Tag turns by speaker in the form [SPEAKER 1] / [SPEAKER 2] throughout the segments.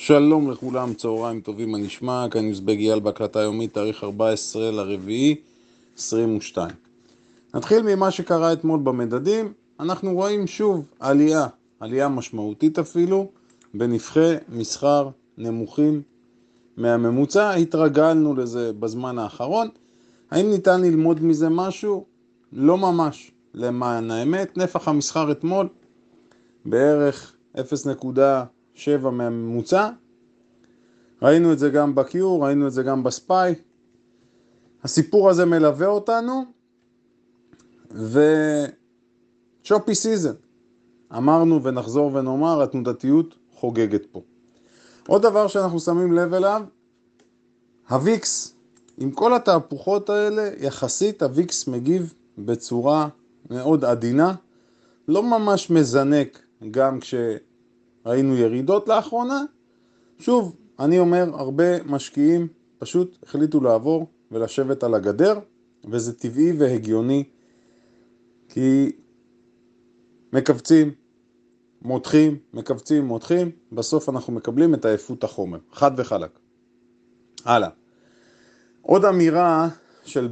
[SPEAKER 1] שלום לכולם, צהריים טובים, מה נשמע? כאן יוזבג אייל בהקלטה יומית, תאריך 14 לרביעי 22. נתחיל ממה שקרה אתמול במדדים. אנחנו רואים שוב עלייה משמעותית אפילו, בנפחי מסחר נמוכים מהממוצע. התרגלנו לזה בזמן האחרון. האם ניתן ללמוד מזה משהו? לא ממש. למען האמת, נפח המסחר אתמול בערך 0.7 מהממוצע. ראינו את זה גם ב-Q, ראינו את זה גם בספיי. הסיפור הזה מלווה אותנו, ושופי סיזן. אמרנו ונחזור ונאמר, התנודתיות חוגגת פה. עוד דבר שאנחנו שמים לב אליו, הוויקס, עם כל התהפוכות האלה, יחסית הוויקס מגיב בצורה מאוד עדינה, לא ממש מזנק גם כשראינו ירידות לאחרונה. שוב, אני אומר, הרבה משקיעים פשוט החליטו לעבור ולשבת על הגדר, וזה טבעי והגיוני, כי מקבצים, מותחים, מקבצים, מותחים, בסוף אנחנו מקבלים את עייפות החומר, חד וחלק. הלאה. עוד אמירה של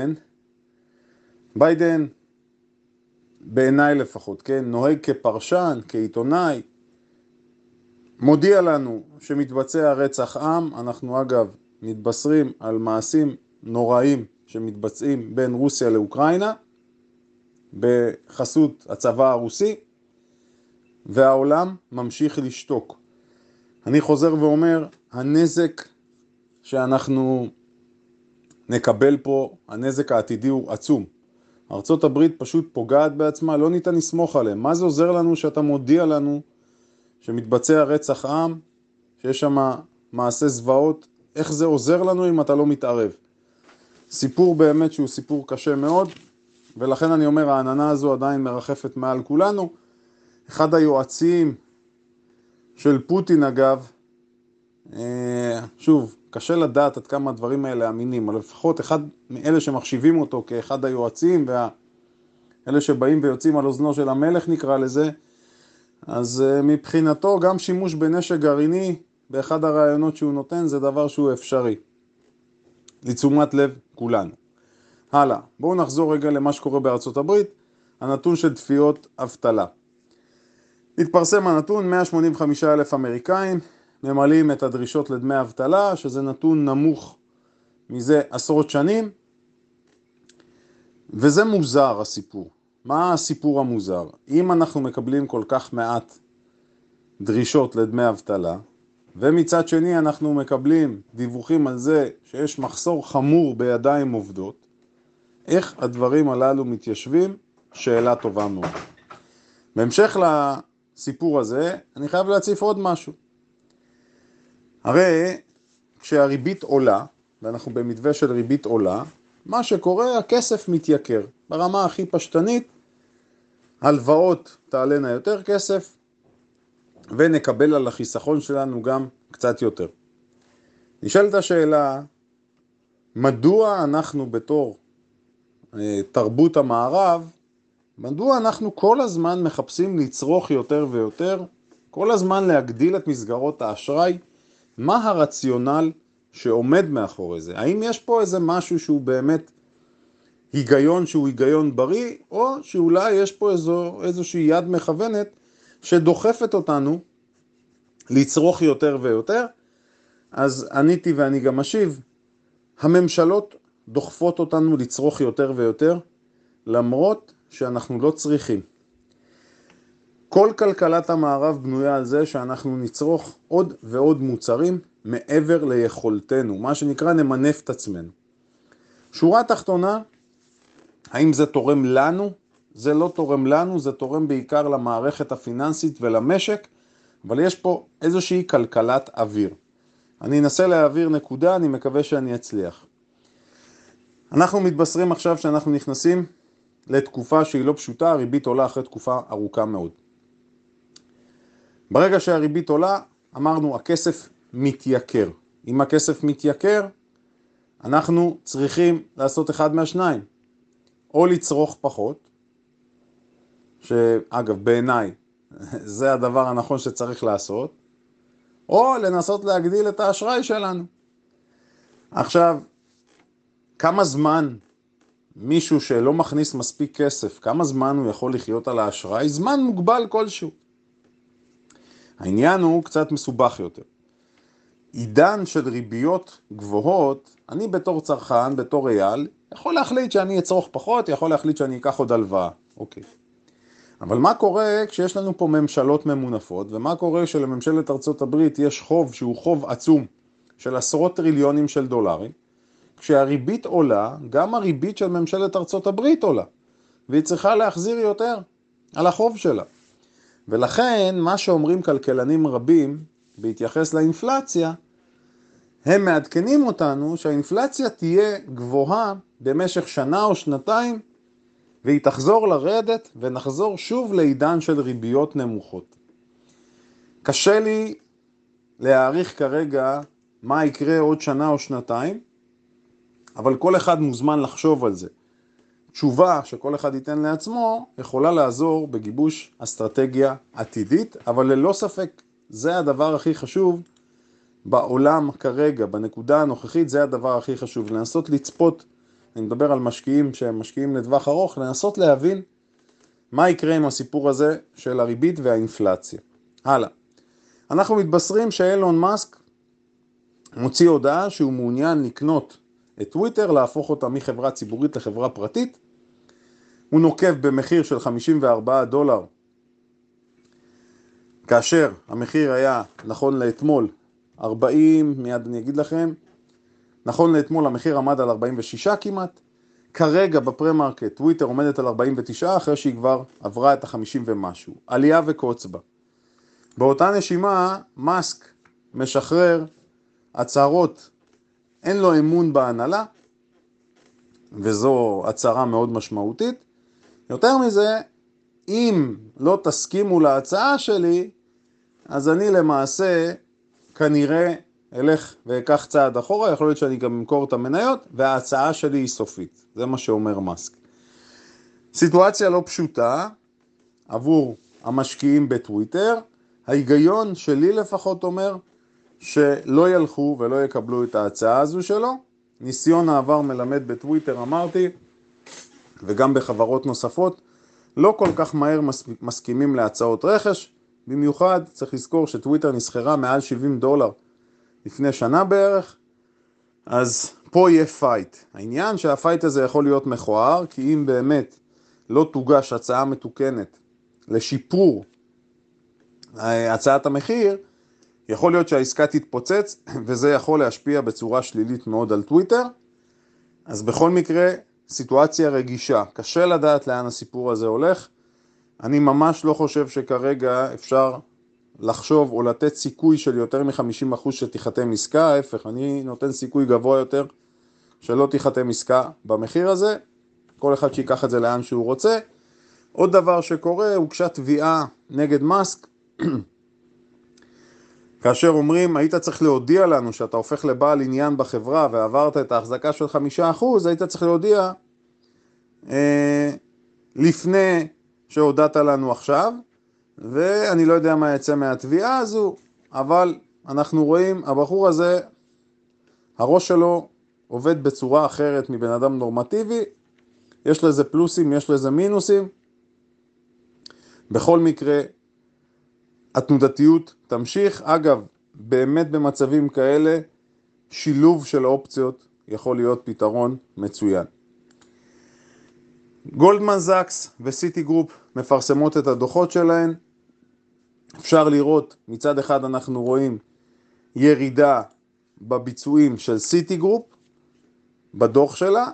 [SPEAKER 1] ביידן בעיניי לפחות, כן, נוהג כפרשן, כעיתונאי, מודיע לנו שמתבצע רצח עם. אנחנו אגב מתבשרים על מעשים נוראים שמתבצעים בין רוסיה לאוקראינה בחסות הצבא הרוסי, והעולם ממשיך לשתוק. אני חוזר ואומר, הנזק שאנחנו נקבל פה, הנזק העתידי הוא עצום. ארצות הברית פשוט פוגעת בעצמה, לא ניתן לסמוך עליהם. מה זה עוזר לנו שאתה מודיע לנו שמתבצע רצח עם, שיש שם מעשה זוועות? איך זה עוזר לנו אם אתה לא מתערב? סיפור באמת שהוא סיפור קשה מאוד, ולכן אני אומר, העננה הזו עדיין מרחפת מעל כולנו. אחד היועצים של פוטין אגב, שוב, קשה לדעת עד כמה הדברים האלה אמינים, אבל לפחות אחד מאלה שמחשיבים אותו כאחד היועצים, ואלה שבאים ויוצאים על אוזנו של המלך נקרא לזה, אז מבחינתו גם שימוש בנשק גרעיני באחד הרעיונות שהוא נותן זה דבר שהוא אפשרי. לתשומת לב כולנו. הלאה, בואו נחזור רגע למה שקורה בארצות הברית, הנתון של תביעות אבטלה. התפרסם הנתון, 185,000 אמריקאים ממלאים את הדרישות לדמי אבטלה, שזה נתון נמוך מזה עשרות שנים, וזה מוזר הסיפור. מה הסיפור המוזר? אם אנחנו מקבלים כל כך מעט דרישות לדמי אבטלה, ומצד שני אנחנו מקבלים דיווחים על זה שיש מחסור חמור בידיים עובדות, איך הדברים הללו מתיישבים? שאלה טובה מאוד. בהמשך לסיפור הזה, אני חייב להציף עוד משהו. הרי כשהריבית עולה, ואנחנו במתווה של ריבית עולה, מה שקורה, הכסף מתייקר. ברמה הכי פשטנית, הלוואות תעלנה יותר כסף, ונקבל על החיסכון שלנו גם קצת יותר. נשאלת השאלה, מדוע אנחנו בתור תרבות המערב, מדוע אנחנו כל הזמן מחפשים לצרוך יותר ויותר, כל הזמן להגדיל את מסגרות האשראי? מה הרציונל שעומד מאחורי זה? האם יש פה איזה משהו שהוא באמת היגיון שהוא היגיון בריא, או שאולי יש פה איזושהי יד מכוונת שדוחפת אותנו לצרוך יותר ויותר? אז עניתי ואני גם אשיב, הממשלות דוחפות אותנו לצרוך יותר ויותר, למרות שאנחנו לא צריכים. כל כלכלת המערב בנויה על זה שאנחנו נצרוך עוד ועוד מוצרים מעבר ליכולתנו, מה שנקרא נמנף את עצמנו. שורה תחתונה, האם זה תורם לנו? זה לא תורם לנו, זה תורם בעיקר למערכת הפיננסית ולמשק, אבל יש פה איזושהי כלכלת אוויר. אני אנסה להעביר נקודה, אני מקווה שאני אצליח. אנחנו מתבשרים עכשיו שאנחנו נכנסים לתקופה שהיא לא פשוטה, הריבית עולה אחרי תקופה ארוכה מאוד. ברגע שהריבית עולה, אמרנו, הכסף מתייקר. אם הכסף מתייקר, אנחנו צריכים לעשות אחד מהשניים. או לצרוך פחות, שאגב בעיניי זה הדבר הנכון שצריך לעשות, או לנסות להגדיל את האשראי שלנו. עכשיו, כמה זמן מישהו שלא מכניס מספיק כסף, כמה זמן הוא יכול לחיות על האשראי? זמן מוגבל כלשהו. העניין הוא קצת מסובך יותר. עידן של ריביות גבוהות, אני בתור צרכן, בתור אייל, יכול להחליט שאני אצרוך פחות, יכול להחליט שאני אקח עוד הלוואה. אוקיי. אבל מה קורה כשיש לנו פה ממשלות ממונפות, ומה קורה שלממשלת ארצות הברית יש חוב שהוא חוב עצום של עשרות טריליונים של דולרים, כשהריבית עולה, גם הריבית של ממשלת ארצות הברית עולה, והיא צריכה להחזיר יותר על החוב שלה. ולכן מה שאומרים כלכלנים רבים בהתייחס לאינפלציה, הם מעדכנים אותנו שהאינפלציה תהיה גבוהה במשך שנה או שנתיים, והיא תחזור לרדת ונחזור שוב לעידן של ריביות נמוכות. קשה לי להעריך כרגע מה יקרה עוד שנה או שנתיים, אבל כל אחד מוזמן לחשוב על זה. תשובה שכל אחד ייתן לעצמו יכולה לעזור בגיבוש אסטרטגיה עתידית, אבל ללא ספק זה הדבר הכי חשוב בעולם כרגע, בנקודה הנוכחית זה הדבר הכי חשוב. לנסות לצפות, אני מדבר על משקיעים שהם משקיעים לטווח ארוך, לנסות להבין מה יקרה עם הסיפור הזה של הריבית והאינפלציה. הלאה. אנחנו מתבשרים שאילון מאסק מוציא הודעה שהוא מעוניין לקנות את טוויטר, להפוך אותה מחברה ציבורית לחברה פרטית. הוא נוקב במחיר של $54, כאשר המחיר היה נכון לאתמול 40, מיד אני אגיד לכם, נכון לאתמול המחיר עמד על 46 כמעט, כרגע בפרמרקט טוויטר עומדת על 49 אחרי שהיא כבר עברה את ה-50 ומשהו, עלייה וקוץ בה. באותה נשימה מאסק משחרר הצהרות, אין לו אמון בהנהלה, וזו הצהרה מאוד משמעותית. יותר מזה, אם לא תסכימו להצעה שלי, אז אני למעשה כנראה אלך ואקח צעד אחורה, יכול להיות שאני גם אמכור את המניות, וההצעה שלי היא סופית. זה מה שאומר מאסק. סיטואציה לא פשוטה עבור המשקיעים בטוויטר. ההיגיון שלי לפחות אומר שלא ילכו ולא יקבלו את ההצעה הזו שלו. ניסיון העבר מלמד בטוויטר, אמרתי, וגם בחברות נוספות, לא כל כך מהר מסכימים להצעות רכש. במיוחד צריך לזכור שטוויטר נסחרה מעל $70 לפני שנה בערך, אז פה יהיה פייט. העניין שהפייט הזה יכול להיות מכוער, כי אם באמת לא תוגש הצעה מתוקנת לשיפור הצעת המחיר, יכול להיות שהעסקה תתפוצץ, וזה יכול להשפיע בצורה שלילית מאוד על טוויטר. אז בכל מקרה, סיטואציה רגישה. קשה לדעת לאן הסיפור הזה הולך. אני ממש לא חושב שכרגע אפשר לחשוב או לתת סיכוי של יותר מ-50% שתיחתם עסקה. ההפך, אני נותן סיכוי גבוה יותר שלא תיחתם עסקה במחיר הזה. כל אחד שיקח את זה לאן שהוא רוצה. עוד דבר שקורה, הוגשה תביעה נגד מאסק. כאשר אומרים, היית צריך להודיע לנו שאתה הופך לבעל עניין בחברה ועברת את ההחזקה של 5%, היית צריך להודיע לפני שהודעת לנו עכשיו, ואני לא יודע מה יצא מהתביעה הזו, אבל אנחנו רואים, הבחור הזה, הראש שלו עובד בצורה אחרת מבן אדם נורמטיבי, יש לזה פלוסים, יש לזה מינוסים. בכל מקרה, התנודתיות תמשיך. אגב, באמת במצבים כאלה, שילוב של אופציות יכול להיות פתרון מצוין. גולדמן זאקס וסיטי גרופ מפרסמות את הדוחות שלהן. אפשר לראות, מצד אחד אנחנו רואים ירידה בביצועים של סיטי גרופ, בדוח שלה.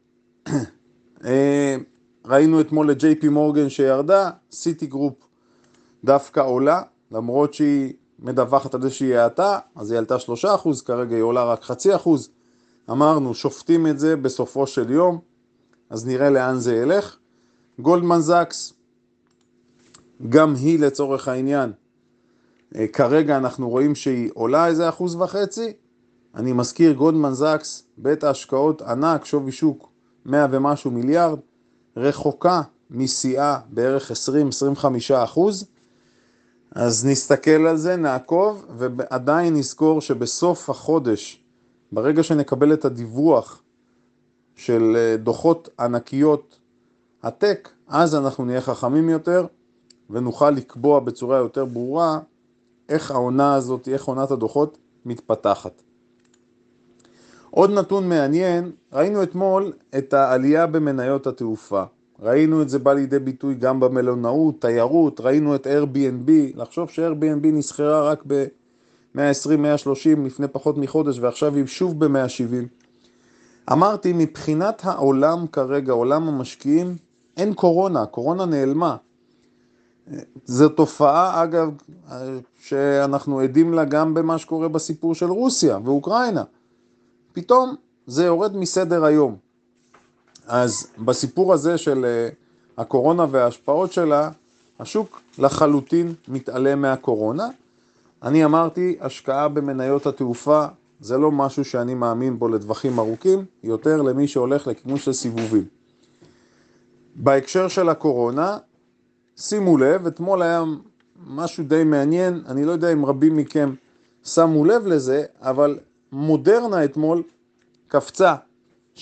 [SPEAKER 1] ראינו אתמול לג'יי-פי מורגן שירדה, סיטי גרופ דווקא עולה, למרות שהיא מדווחת על זה שהיא העתה, אז היא עלתה 3%, כרגע היא עולה רק 0.5%. אמרנו, שופטים את זה בסופו של יום, אז נראה לאן זה ילך. גולדמן זאקס, גם היא לצורך העניין, כרגע אנחנו רואים שהיא עולה איזה 1.5%. אני מזכיר, גולדמן זאקס, בית ההשקעות ענק, שווי שוק 100 ומשהו מיליארד, רחוקה משיאה בערך 20-25%. אז נסתכל על זה, נעקוב, ועדיין נזכור שבסוף החודש, ברגע שנקבל את הדיווח של דוחות ענקיות הטק, אז אנחנו נהיה חכמים יותר, ונוכל לקבוע בצורה יותר ברורה איך העונה הזאת, איך עונת הדוחות מתפתחת. עוד נתון מעניין, ראינו אתמול את העלייה במניות התעופה. ראינו את זה בא לידי ביטוי גם במלונאות, תיירות, ראינו את Airbnb, לחשוב ש-Airbnb נסחרה רק ב-120-130 לפני פחות מחודש, ועכשיו היא שוב ב-170. אמרתי, מבחינת העולם כרגע, עולם המשקיעים, אין קורונה, קורונה נעלמה. זו תופעה, אגב, שאנחנו עדים לה גם במה שקורה בסיפור של רוסיה ואוקראינה. פתאום זה יורד מסדר היום. אז בסיפור הזה של הקורונה וההשפעות שלה, השוק לחלוטין מתעלם מהקורונה. אני אמרתי, השקעה במניות התעופה זה לא משהו שאני מאמין בו לטווחים ארוכים, יותר למי שהולך לכיוון של סיבובים. בהקשר של הקורונה, שימו לב, אתמול היה משהו די מעניין, אני לא יודע אם רבים מכם שמו לב לזה, אבל מודרנה אתמול קפצה 6-7%,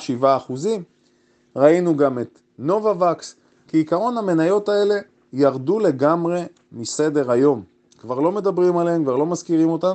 [SPEAKER 1] ראינו גם את נובווקס, כי עיקרון המניות האלה ירדו לגמרי מסדר היום, כבר לא מדברים עליהן, כבר לא מזכירים אותן,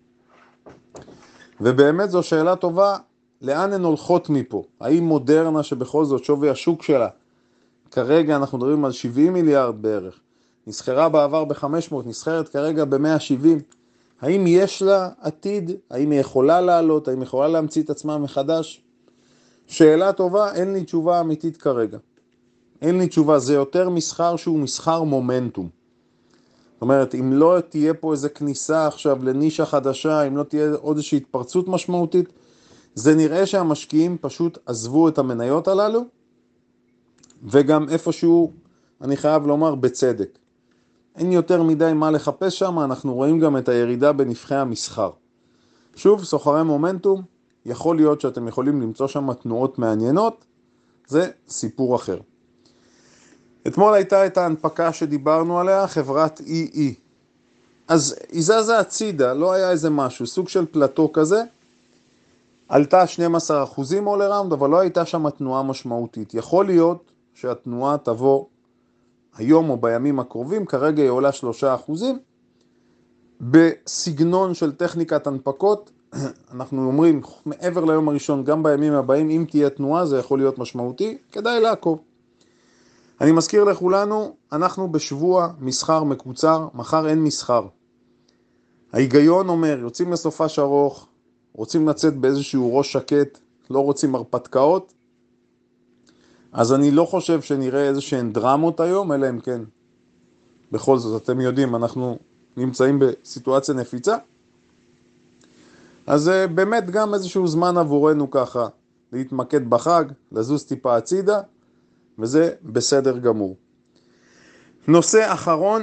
[SPEAKER 1] ובאמת זו שאלה טובה, לאן הן הולכות מפה? האם מודרנה שבכל זאת שווי השוק שלה, כרגע אנחנו מדברים על 70 מיליארד בערך, נסחרה בעבר ב-500, נסחרת כרגע ב-170, האם יש לה עתיד? האם היא יכולה לעלות? האם היא יכולה להמציא את עצמה מחדש? שאלה טובה, אין לי תשובה אמיתית כרגע. אין לי תשובה, זה יותר מסחר שהוא מסחר מומנטום. זאת אומרת, אם לא תהיה פה איזו כניסה עכשיו לנישה חדשה, אם לא תהיה עוד איזושהי התפרצות משמעותית, זה נראה שהמשקיעים פשוט עזבו את המניות הללו, וגם איפשהו, אני חייב לומר, בצדק. אין יותר מדי מה לחפש שם, אנחנו רואים גם את הירידה בנפחי המסחר. שוב, סוחרי מומנטום, יכול להיות שאתם יכולים למצוא שם תנועות מעניינות, זה סיפור אחר. אתמול הייתה את ההנפקה שדיברנו עליה, חברת EE. אז היא זזה הצידה, לא היה איזה משהו, סוג של פלטו כזה, עלתה 12% all around, אבל לא הייתה שם תנועה משמעותית. יכול להיות שהתנועה תבוא היום או בימים הקרובים, כרגע היא עולה 3%, בסגנון של טכניקת הנפקות, אנחנו אומרים מעבר ליום הראשון, גם בימים הבאים, אם תהיה תנועה זה יכול להיות משמעותי, כדאי לעקוב. אני מזכיר לכולנו, אנחנו בשבוע מסחר מקוצר, מחר אין מסחר. ההיגיון אומר, יוצאים לסופש ארוך, רוצים לצאת באיזשהו ראש שקט, לא רוצים הרפתקאות, אז אני לא חושב שנראה איזשהן דרמות היום, אלא אם כן, בכל זאת, אתם יודעים, אנחנו נמצאים בסיטואציה נפיצה, אז באמת גם איזשהו זמן עבורנו ככה, להתמקד בחג, לזוז טיפה הצידה, וזה בסדר גמור. נושא אחרון,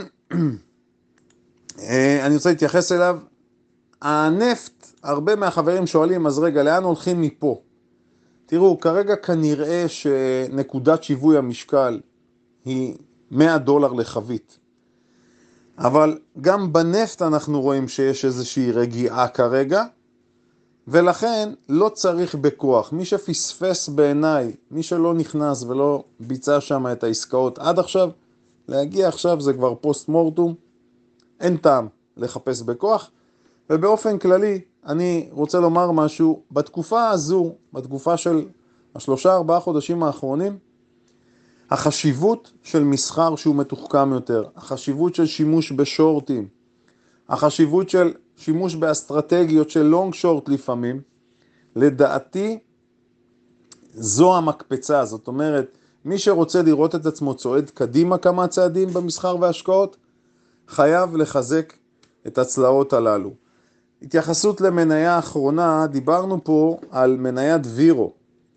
[SPEAKER 1] אני רוצה להתייחס אליו, הנפט, הרבה מהחברים שואלים, אז רגע, לאן הולכים מפה? תראו, כרגע כנראה שנקודת שיווי המשקל היא $100 לחבית. אבל גם בנפט אנחנו רואים שיש איזושהי רגיעה כרגע, ולכן לא צריך בכוח. מי שפספס בעיניי, מי שלא נכנס ולא ביצע שם את העסקאות עד עכשיו, להגיע עכשיו זה כבר פוסט מורטום, אין טעם לחפש בכוח, ובאופן כללי אני רוצה לומר משהו, בתקופה הזו, בתקופה של 3-4 חודשים האחרונים, החשיבות של מסחר שהוא מתוחכם יותר, החשיבות של שימוש בשורטים, החשיבות של שימוש באסטרטגיות של לונג שורט לפעמים, לדעתי זו המקפצה, זאת אומרת, מי שרוצה לראות את עצמו צועד קדימה כמה צעדים במסחר והשקעות, חייב לחזק את הצלעות הללו. התייחסות למניה האחרונה, דיברנו פה על מניית וירו,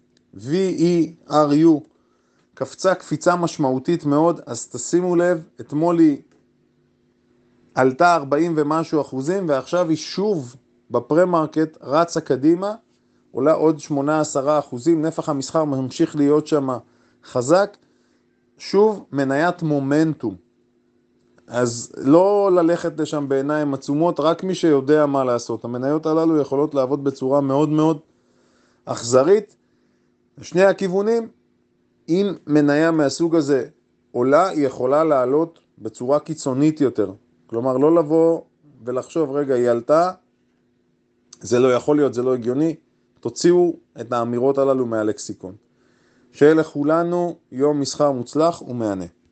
[SPEAKER 1] VERU, קפצה קפיצה משמעותית מאוד, אז תשימו לב, אתמול היא עלתה 40 ומשהו אחוזים, ועכשיו היא שוב בפרמרקט רצה קדימה, עולה עוד 8-10 אחוזים, נפח המסחר ממשיך להיות שם חזק, שוב מניית מומנטום. אז לא ללכת לשם בעיניים עצומות, רק מי שיודע מה לעשות. המניות הללו יכולות לעבוד בצורה מאוד מאוד אכזרית. שני הכיוונים, אם מניה מהסוג הזה עולה, היא יכולה לעלות בצורה קיצונית יותר. כלומר, לא לבוא ולחשוב, רגע, היא עלתה, זה לא יכול להיות, זה לא הגיוני. תוציאו את האמירות הללו מהלקסיקון. שיהיה לכולנו יום מסחר מוצלח ומהנה.